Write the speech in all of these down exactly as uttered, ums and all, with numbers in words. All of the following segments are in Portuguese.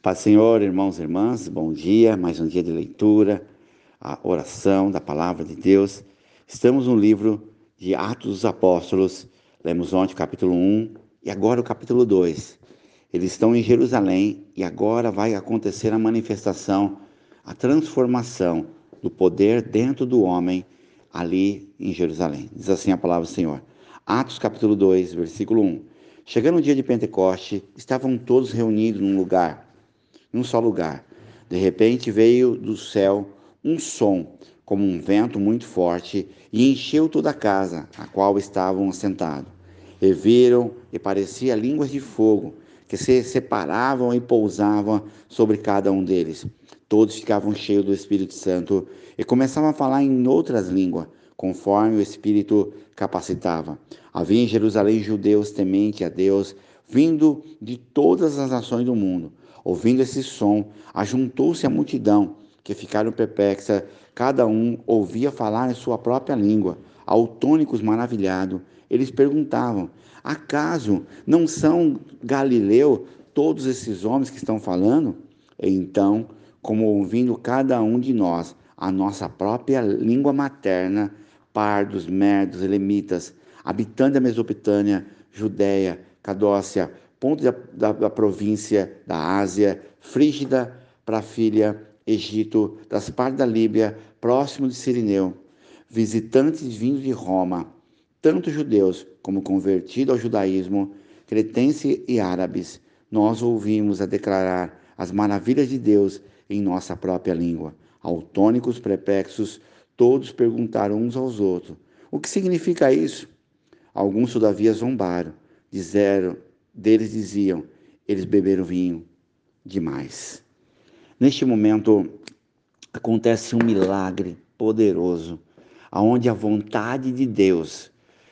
Paz, Senhor, irmãos e irmãs, bom dia, mais um dia de leitura, a oração da Palavra de Deus. Estamos no livro de Atos dos Apóstolos, lemos ontem o capítulo um e agora o capítulo dois. Eles estão em Jerusalém e agora vai acontecer a manifestação, a transformação do poder dentro do homem ali em Jerusalém. Diz assim a palavra do Senhor. Atos capítulo dois, versículo um. Chegando o dia de Pentecoste, estavam todos reunidos num lugar, num só lugar. De repente veio do céu um som, como um vento muito forte, e encheu toda a casa, a qual estavam assentados. E viram, e parecia línguas de fogo, que se separavam e pousavam sobre cada um deles. Todos ficavam cheios do Espírito Santo e começavam a falar em outras línguas, conforme o Espírito capacitava. Havia em Jerusalém judeus tementes a Deus, vindo de todas as nações do mundo. Ouvindo esse som, ajuntou-se a multidão, que ficaram perplexa, cada um ouvia falar em sua própria língua. Autônicos maravilhados, eles perguntavam: acaso não são Galileu todos esses homens que estão falando? E então, como ouvindo cada um de nós a nossa própria língua materna, pardos, medos, elemitas, habitantes da Mesopotâmia, Judéia, Cadócia, ponto da, da, da província da Ásia, Frígida, Pafília, Egito, das partes da Líbia, próximo de Cirineu, visitantes vindos de Roma, tanto judeus como convertidos ao judaísmo, cretenses e árabes, nós ouvimos a declarar as maravilhas de Deus em nossa própria língua. Autônicos, perplexos, todos perguntaram uns aos outros: o que significa isso? Alguns, todavia, zombaram, disseram, deles diziam: eles beberam vinho demais. Neste momento acontece um milagre poderoso, aonde a vontade de Deus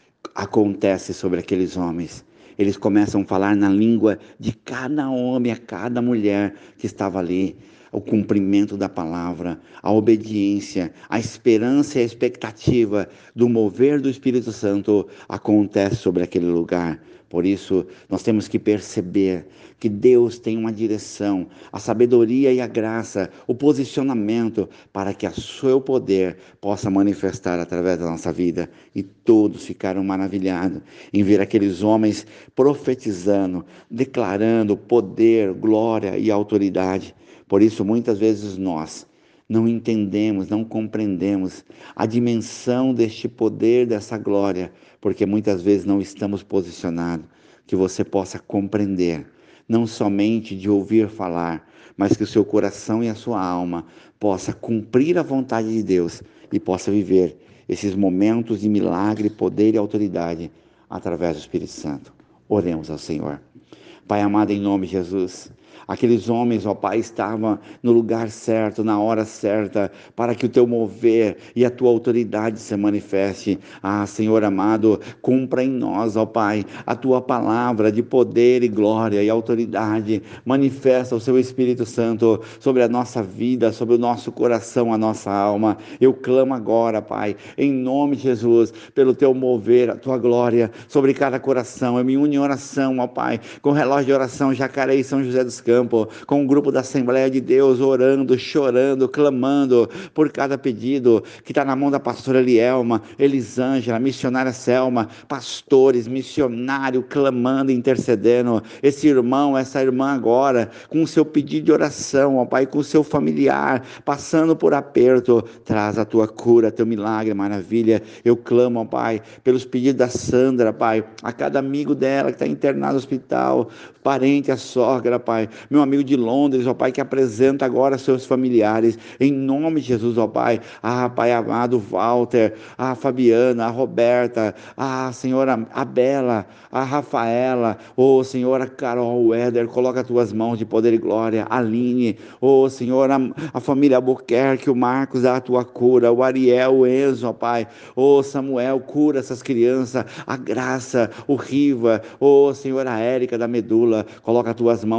acontece sobre aqueles homens. Eles começam a falar na língua de cada homem, a cada mulher que estava ali. O cumprimento da palavra, a obediência, a esperança e a expectativa do mover do Espírito Santo acontece sobre aquele lugar. Por isso, nós temos que perceber que Deus tem uma direção, a sabedoria e a graça, o posicionamento para que o seu poder possa manifestar através da nossa vida. E todos ficaram maravilhados em ver aqueles homens profetizando, declarando poder, glória e autoridade. Por isso, muitas vezes nós não entendemos, não compreendemos a dimensão deste poder, dessa glória, porque muitas vezes não estamos posicionados. Que você possa compreender, não somente de ouvir falar, mas que o seu coração e a sua alma possa cumprir a vontade de Deus e possa viver esses momentos de milagre, poder e autoridade através do Espírito Santo. Oremos ao Senhor. Pai amado, em nome de Jesus, aqueles homens, ó Pai, estavam no lugar certo, na hora certa, para que o Teu mover e a Tua autoridade se manifeste. Ah, Senhor amado, cumpra em nós, ó Pai, a Tua palavra de poder e glória e autoridade. Manifesta o Seu Espírito Santo sobre a nossa vida, sobre o nosso coração, a nossa alma. Eu clamo agora, Pai, em nome de Jesus, pelo Teu mover, a Tua glória sobre cada coração. Eu me uno em oração, ó Pai, com o relógio de oração Jacareí e São José dos Campos, com o grupo da Assembleia de Deus, orando, chorando, clamando por cada pedido que está na mão da pastora Elielma, Elisângela, missionária Selma, pastores, missionário, clamando, intercedendo, esse irmão, essa irmã agora, com o seu pedido de oração, ó Pai, com o seu familiar, passando por aperto, traz a Tua cura, Teu milagre, maravilha. Eu clamo, ó Pai, pelos pedidos da Sandra, Pai, a cada amigo dela que está internado no hospital, parente, a sogra, Pai, meu amigo de Londres, ó Pai, que apresenta agora seus familiares, em nome de Jesus, ó Pai, ah, Pai amado, Walter, a Fabiana, a Roberta, a Senhora, a Bela, a Rafaela, ô Senhora Carol, o Éder, coloca as Tuas mãos de poder e glória, a Aline, ô Senhora, a família Albuquerque, o Marcos, dá a Tua cura, o Ariel, o Enzo, ó Pai, ô Samuel, cura essas crianças, a Graça, o Riva, ô Senhora Érica da medula, coloca as Tuas mãos de milagre,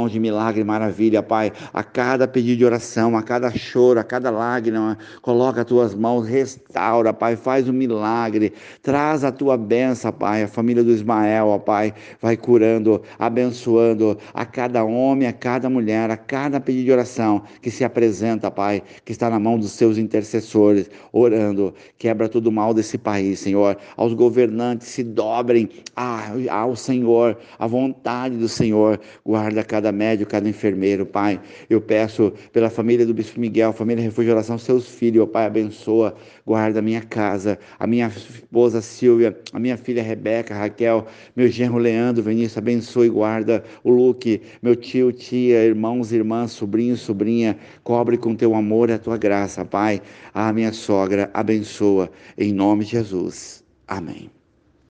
milagre, maravilha, Pai. A cada pedido de oração, a cada choro, a cada lágrima, coloca as tuas mãos, restaura, Pai, faz um milagre, traz a tua bênção, Pai. A família do Ismael, ó Pai, vai curando, abençoando a cada homem, a cada mulher, a cada pedido de oração que se apresenta, Pai, que está na mão dos seus intercessores, orando, quebra todo o mal desse país, Senhor. Aos governantes, se dobrem ao Senhor, à vontade do Senhor, guarda cada médico, cada enfermeiro, Pai. Eu peço pela família do Bispo Miguel, família Refúgio de Oração, seus filhos, ó Pai, abençoa, guarda a minha casa, a minha esposa Silvia, a minha filha Rebeca, Raquel, meu genro Leandro, Vinícius, abençoa e guarda o Luque, meu tio, tia, irmãos, irmãs, sobrinho, sobrinha, cobre com teu amor e a tua graça, Pai. A minha sogra, abençoa, em nome de Jesus. Amém.